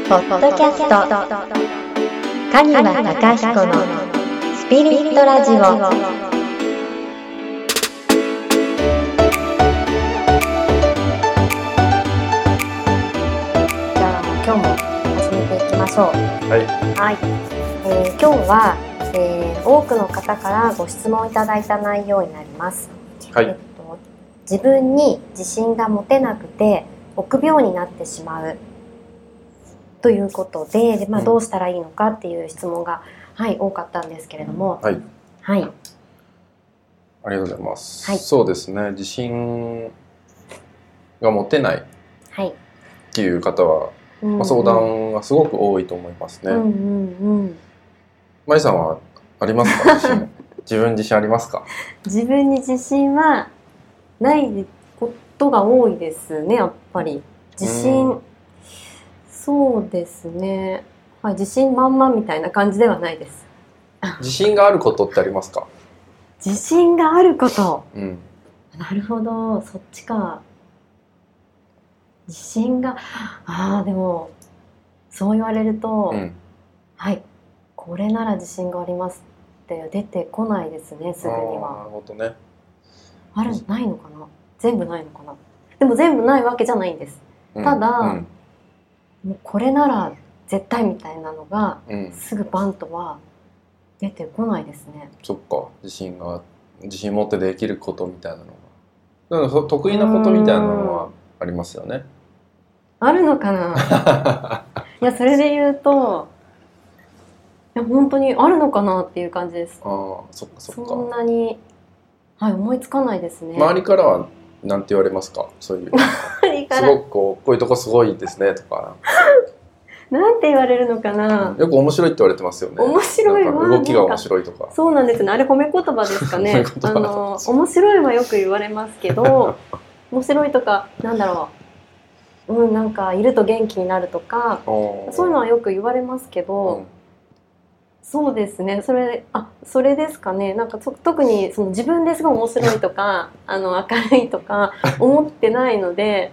ポッドキャスト神は隆彦のスピリットラジオ。じゃあ今日も始めていきましょう。はい、今日は、多くの方からご質問いただいた内容になります。自分に自信が持てなくて臆病になってしまうということで、どうしたらいいのかっていう質問が、多かったんですけれども、 ありがとうございます。そうですね、自信が持てないっていう方は、相談がすごく多いと思いますね。まいさんはありますか？自分自信ありますか？ 自分に自信はないことが多いですね、やっぱり。自信、そうですね、自信満々みたいな感じではないです。 自信があることってありますか？ 自信があること、なるほど、そっちか。自信が、でもそう言われると、これなら自信がありますって出てこないですね、すぐには。 なるほどね。 ないのかな、全部ないのかな。でも全部ないわけじゃないんです。ただ、もうこれなら絶対みたいなのが、すぐバンとは出てこないですね。 そっか、自信持ってできることみたいなのが、だから得意なことみたいなのはありますよね。 あるのかな。いや、それで言うと、いや本当にあるのかなっていう感じです。 そっか。 そんなに、思いつかないですね。 周りからはなんて言われますか？そういうすごくこういうとこすごいですねとかなんて言われるのかな。 よく面白いって言われてますよね。 面白いわ、 動きが面白いとか。 そうなんですね、あれ褒め言葉ですかね。面白いはよく言われますけど面白いとか、なんだろう、なんかいると元気になるとか、そういうのはよく言われますけど、そうですね、それですかね。なんか特にその自分ですごい面白いとか明るいとか思ってないので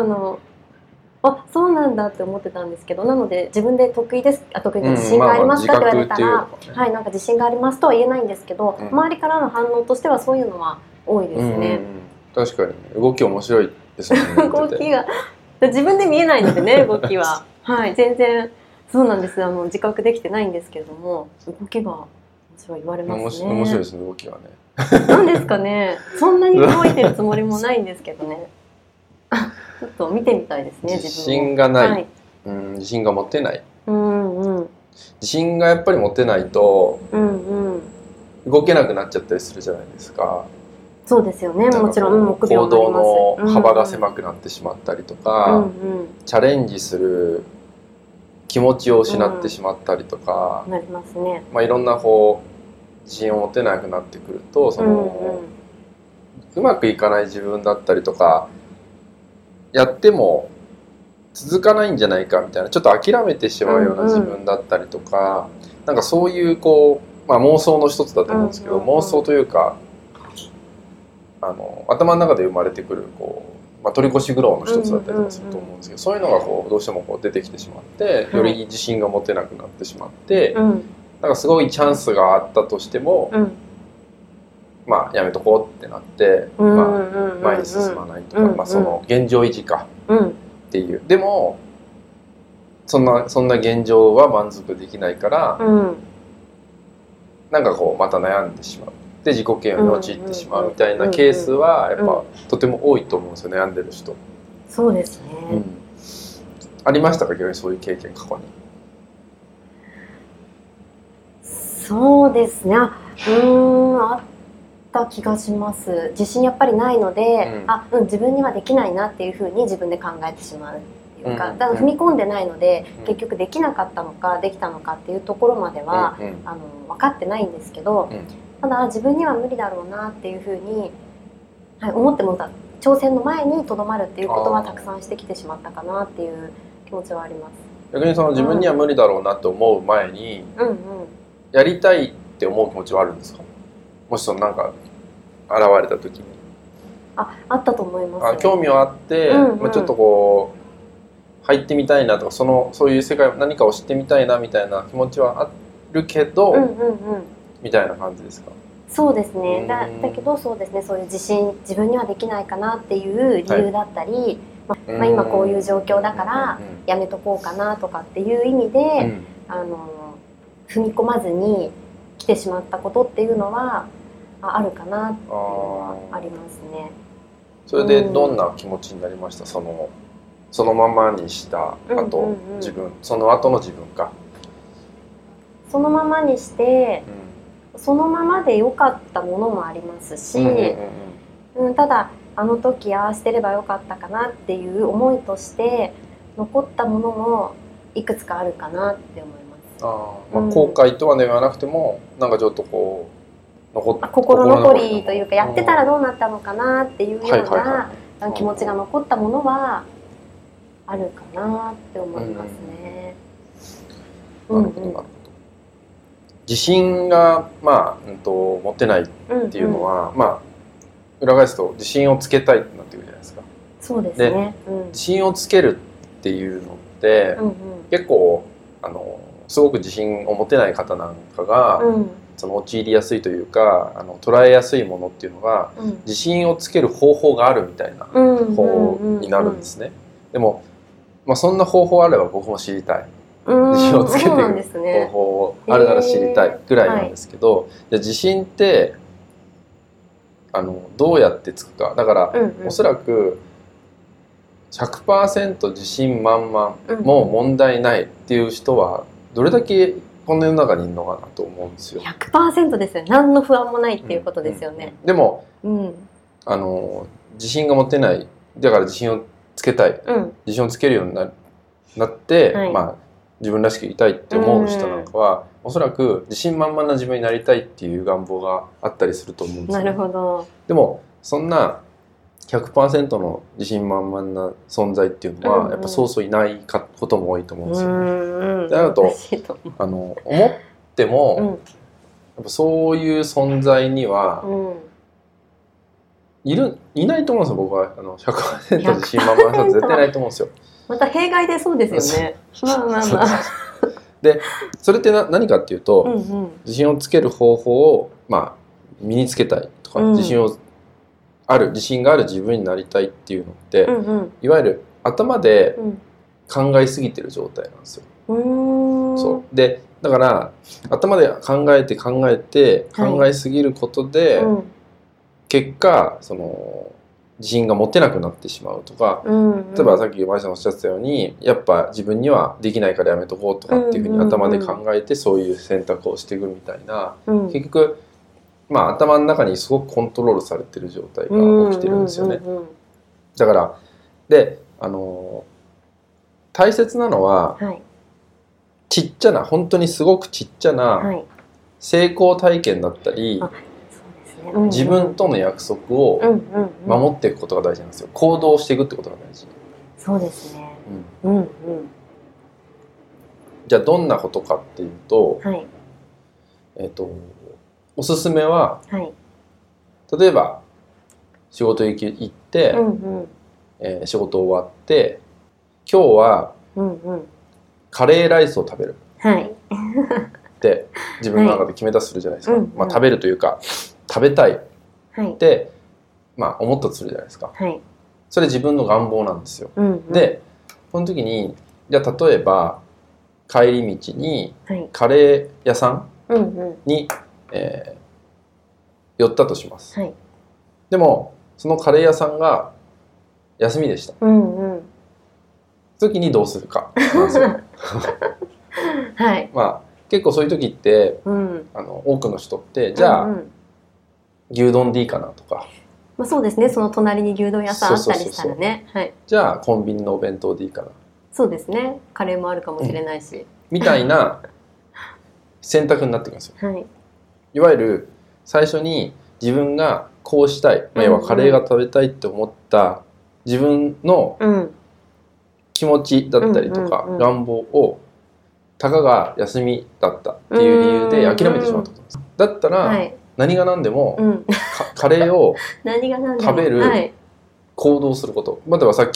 そうなんだって思ってたんですけど、なので自分で得意な自信がありますかって言われたら、なんか自信がありますとは言えないんですけど、周りからの反応としてはそういうのは多いですね。 確かに動き面白いですね。 動きが自分で見えないのでね、動きは全然そうなんです。自覚できてないんですけれども、動きが面白い言われますね。 面白いですね、動きがね。 なんですかね。そんなに動いてるつもりもないんですけどね。ちょっと見てみたいですね、自分を。 自信がない、自信が持てない。自信がやっぱり持てないと、動けなくなっちゃったりするじゃないですか。 そうですよね、もちろん行動の幅が狭くなってしまったりとか、チャレンジする気持ちを失ってしまったりとか、 なりますね。 いろんな自信を持てなくなってくると、うまくいかない自分だったりとか、やっても続かないんじゃないかみたいな、ちょっと諦めてしまうような自分だったりとか、なんかそういう妄想の一つだと思うんですけど、妄想というか頭の中で生まれてくる取り越し苦労の一つだったりとかすると思うんですけど、そういうのがどうしても出てきてしまって、より自信が持てなくなってしまって、なんかすごいチャンスがあったとしても、やめとこうってなって、前に進まないとか、その現状維持かっていう。でもそんな現状は満足できないから、なんかまた悩んでしまう。で自己嫌悪に陥ってしまうみたいなケースはやっぱとても多いと思うんですよ、悩んでる人。 そうですね。 ありましたか、逆にそういう経験過去に。 そうですね、あった気がします。自信やっぱりないので、自分にはできないなっていうふうに自分で考えてしまうっていうか、だから踏み込んでないので、結局できなかったのかできたのかっていうところまでは分かってないんですけど、ただ自分には無理だろうなっていうふうに、思っても挑戦の前にとどまるっていうことはたくさんしてきてしまったかなっていう気持ちはあります。 逆に自分には無理だろうなって思う前に、やりたいって思う気持ちはあるんですか？もしなんか現れた時に。 あったと思います。 興味はあって、ちょっと入ってみたいなとかそういう世界何かを知ってみたいなみたいな気持ちはあるけど、みたいな感じですか？ そうですね。だけどそうですね、そういう自分にはできないかなっていう理由だったり、今こういう状況だからやめとこうかなとかっていう意味で、踏み込まずに来てしまったことっていうのはあるかなっていうのはありますね。 それでどんな気持ちになりました？そのままにした後、その後の自分か。 そのままにして、そのままで良かったものもありますし、ただあの時ああしてればよかったかなっていう思いとして残ったものもいくつかあるかなって思います。 後悔とはではなくても、なんかちょっとこう心残りというか、やってたらどうなったのかなっていうような気持ちが残ったものはあるかなって思いますね。 自信が持てないっていうのは、裏返すと自信をつけたいってなってくるじゃないですか。 そうですね。 自信をつけるっていうのって、結構すごく自信を持てない方なんかが、陥りやすいというか捉えやすいものっていうのが、自信をつける方法があるみたいな方になるんですね。でも、そんな方法あれば僕も知りたい。自信をつけていく方法あるなら知りたいぐらいなんですけど、じゃあ自信ってどうやってつくか。だから、おそらく 100% 自信満々も問題ないっていう人はどれだけこの世の中にいるのかなと思うんですよ。 100% ですよ。何の不安もないっていうことですよね。 でも、自信が持てない、だから自信をつけたい、自信をつけるようになって、自分らしくいたいって思う人なんかは、おそらく自信満々な自分になりたいっていう願望があったりすると思うんですよね。 なるほど。 でもそんな 100% の自信満々な存在っていうのは、やっぱそうそういないことも多いと思うんですよね。であると思っても、やっぱそういう存在には、いないと思うんですよ。僕は100% 自信満々な人は絶対ないと思うんですよ。 また弊害でそうですよね。 でそれって何かっていうと、自信をつける方法を身につけたいとか、自信がある自分になりたいっていうのって、いわゆる頭で考えすぎてる状態なんですよ。そうでだから頭で考えすぎることで、結果自信が持てなくなってしまうとか、例えばさっきマリさんおっしゃってたように、やっぱ自分にはできないからやめとこうとかっていうふうに頭で考えてそういう選択をしていくみたいな、結局頭の中にすごくコントロールされてる状態が起きてるんですよね。だから大切なのは、ちっちゃな本当にすごくちっちゃな成功体験だったり、自分との約束を守っていくことが大事なんですよ。行動していくってことが大事。 そうですね。 じゃあどんなことかっていうと、おすすめは、例えば仕事行って、仕事終わって今日はカレーライスを食べるって自分の中で決めたとするじゃないですか。食べるというか食べたいって、思ったとするじゃないですか。それ自分の願望なんですよ。でこの時にじゃあ例えば帰り道にカレー屋さんに、寄ったとします。でもそのカレー屋さんが休みでした。時にどうするかなんですよ。結構そういう時って、多くの人ってじゃあ、牛丼でいいかなとか、 そうですね。その隣に牛丼屋さんあったりしたらね。 じゃあコンビニのお弁当でいいかな。 そうですね。カレーもあるかもしれないし、 みたいな選択になってくるんですよ。いわゆる最初に自分がこうしたい、要はカレーが食べたいって思った自分の気持ちだったりとか願望をたかが休みだったっていう理由で諦めてしまうってことです。だったら何が何でもカレーを食べる行動すること、例えばさっき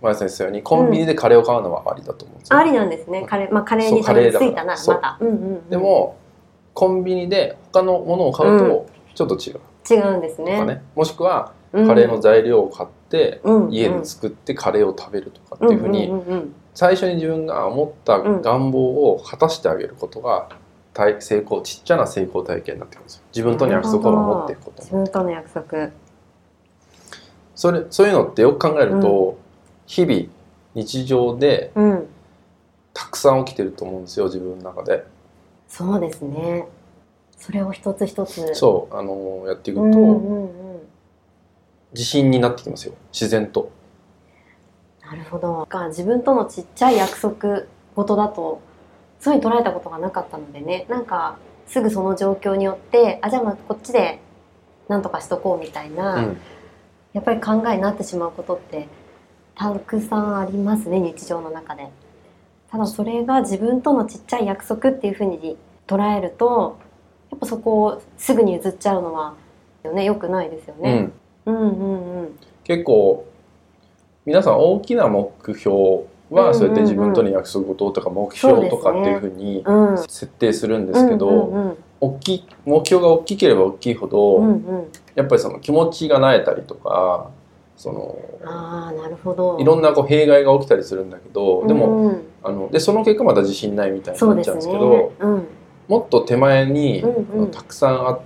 前先生にコンビニでカレーを買うのはありだと思うんですよ。 ありなんですね。カレーにたどり着いたならまた。 でもコンビニで他のものを買うとちょっと違う。 違うんですね。 もしくはカレーの材料を買って家で作ってカレーを食べるとかっていうふうに最初に自分が思った願望を果たしてあげることがちっちゃな成功体験になってくるんですよ。自分との約束を守っていくこと。 自分との約束。 そういうのってよく考えると、日々日常でたくさん起きてると思うんですよ、自分の中で。 そうですね。それを一つ一つやっていくと自信になってきますよ、自然と。 なるほど。自分とのちっちゃい約束事だとそういうふうに捉えたことがなかったのでね、なんかすぐその状況によってじゃあまあこっちでなんとかしとこうみたいな、やっぱり考えになってしまうことってたくさんありますね、日常の中で。ただそれが自分とのちっちゃい約束っていうふうに捉えるとやっぱそこをすぐに譲っちゃうのは良くないですよね。 結構皆さん大きな目標はそうやって自分との約束事とか目標とかっていうふうに設定するんですけど、目標が大きければ大きいほどやっぱりその気持ちがなえたりとかなるほど、 いろんな弊害が起きたりするんだけど、でもその結果また自信ないみたいになっちゃうんですけど、もっと手前にたくさんあって、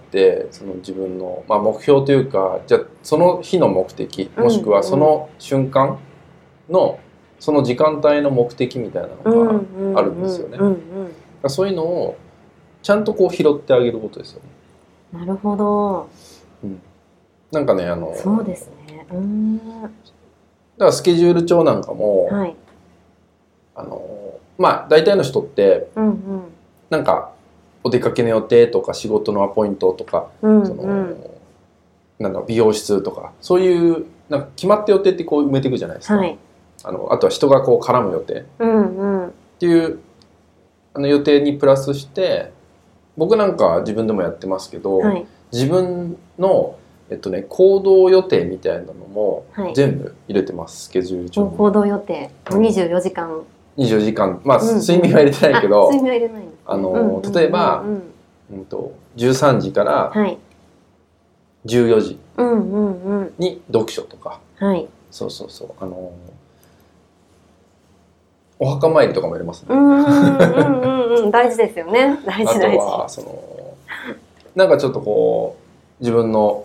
その自分の、目標というか、じゃあその日の目的もしくはその瞬間のその時間帯の目的みたいなのがあるんですよね。そういうのをちゃんと拾ってあげることですよね。 なるほど。 なんかねそうですね。 だからスケジュール帳なんかも、大体の人って、なんかお出かけの予定とか仕事のアポイントとか、美容室とかそういうなんか決まった予定って埋めていくじゃないですか。あとは人が絡む予定っていう予定にプラスして、僕なんか自分でもやってますけど、自分の行動予定みたいなのも全部入れてます、スケジュール帳に。 行動予定24時間 24時間、睡眠は入れてないけど、 睡眠は入れない例えば13時から14時に読書とか、お墓参りとかも入れますね。 大事ですよね。大事。あとはなんかちょっと自分の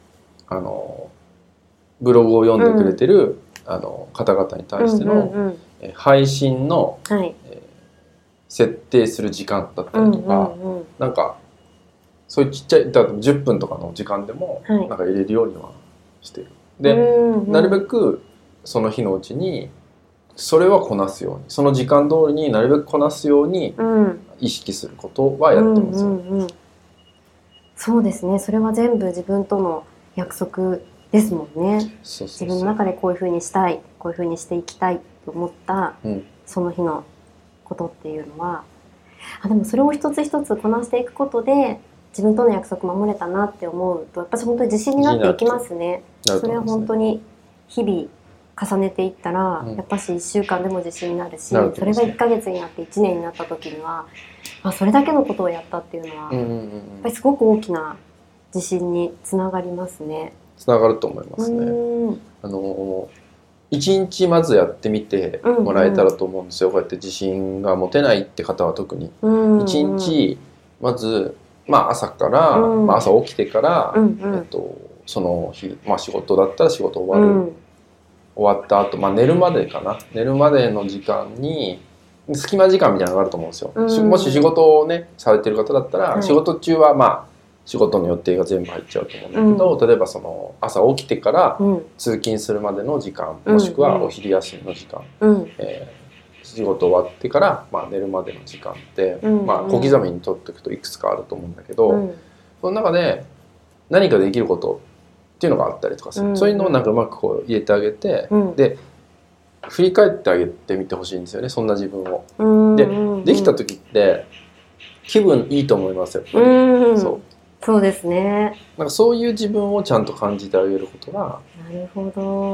ブログを読んでくれてる方々に対しての配信の設定する時間だったりとか、なんかそういうちっちゃい10分とかの時間でもなんか入れるようにはしてる。でなるべくその日のうちにそれはこなすように、その時間通りになるべくこなすように意識することはやってますよ。 そうですね。それは全部自分との約束ですもんね。自分の中でこういうふうにしたい、こういうふうにしていきたいと思った、その日のことっていうのは、でもそれを一つ一つこなしていくことで自分との約束守れたなって思うと、やっぱり本当に自信になっていきますね。それは本当に日々重ねていったら、やっぱし1週間でも自信になるし、それが1ヶ月になって1年になった時にはそれだけのことをやったっていうのは、やっぱりすごく大きな自信につながりますね。 つながると思いますね。1日まずやってみてもらえたらと思うんですよ。こうやって自信が持てないって方は特に。1日まず、朝から、朝起きてから、その日、仕事だったら仕事終わった後、寝るまでかな。寝るまでの時間に隙間時間みたいなのがあると思うんですよ。もし仕事をねされてる方だったら、仕事中は仕事の予定が全部入っちゃうと思うんだけど、例えばその朝起きてから通勤するまでの時間、もしくはお昼休みの時間、仕事終わってから寝るまでの時間って、小刻みに取っていくといくつかあると思うんだけど、その中で何かできることっていうのがあったりとかする、そういうのをなんかうまく入れてあげて、で振り返ってあげてみてほしいんですよね、そんな自分を。できた時って気分いいと思いますよ。 そうですね。 なんかそういう自分をちゃんと感じてあげることが、 なるほど、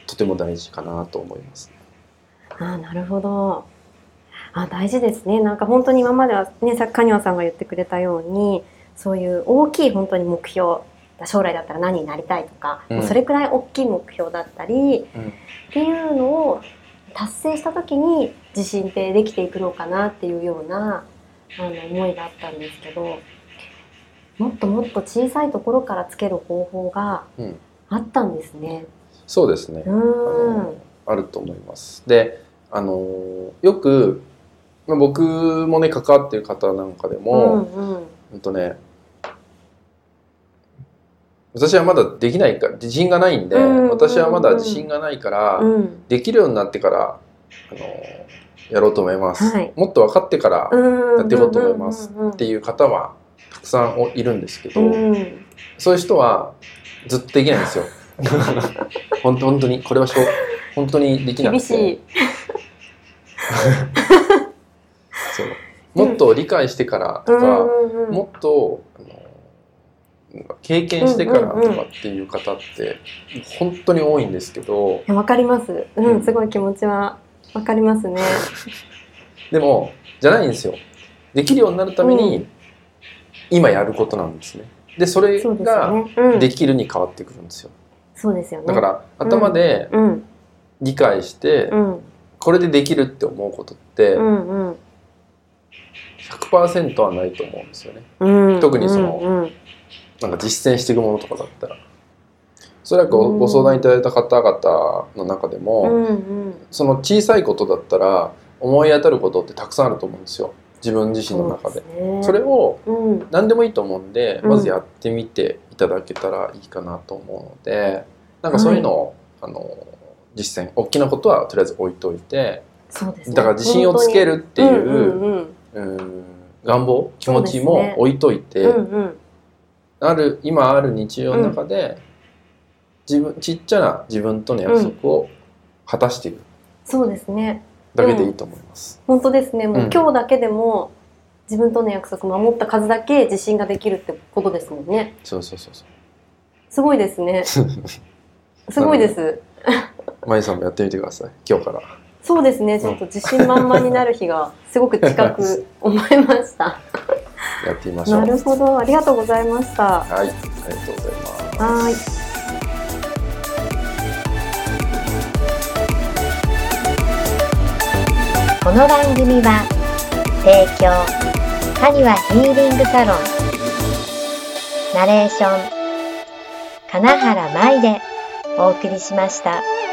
とても大事かなと思います。 なるほど。大事ですね。なんか本当に今まではね、さっき金輪さんが言ってくれたように、そういう大きい本当に目標、将来だったら何になりたいとか、それくらい大きい目標だったり、っていうのを達成した時に自信ってできていくのかなっていうような思いがあったんですけど、もっともっと小さいところからつける方法があったんですね。 そうですね。あると思います。で、よく僕もね関わっている方なんかでも、私はまだできないから自信がないんで、私はまだ自信がないから、できるようになってからやろうと思います、もっと分かってからやっていこうと思いますっていう方はたくさんいるんですけど、そういう人はずっとできないんですよ本当にこれは本当にできなくて、厳しいそうもっと理解してからとか、もっと経験してからとかっていう方って本当に多いんですけど、 わかります、すごい気持ちはわかりますねでもじゃないんですよ。できるようになるために今やることなんですね。でそれができるに変わってくるんですよ。 そうですよね。 だから頭で理解してこれでできるって思うことって100% はないと思うんですよね。特になんか実践していくものとかだったら、おそらくご相談いただいた方々の中でも、その小さいことだったら思い当たることってたくさんあると思うんですよ、自分自身の中で。それを何でもいいと思うんで、まずやってみていただけたらいいかなと思うので、なんかそういうのを、実践、大きなことはとりあえず置いといて、だから自信をつけるっていう願望、気持ちも置いといて、今ある日常の中で、ちっちゃな自分との約束を果たしていく、 そうですね、 だけでいいと思います。 本当ですね。もう今日だけでも自分との約束守った数だけ自信ができるってことですもんね。 そうすごいですねすごいですまゆさんもやってみてください、今日から。 そうですね、ちょっと自信満々になる日がすごく近く思いましたやってみましょう。 なるほど、ありがとうございました。 はい、ありがとうございます。 この番組は提供カニワヒーリングサロン、ナレーション金原舞でお送りしました。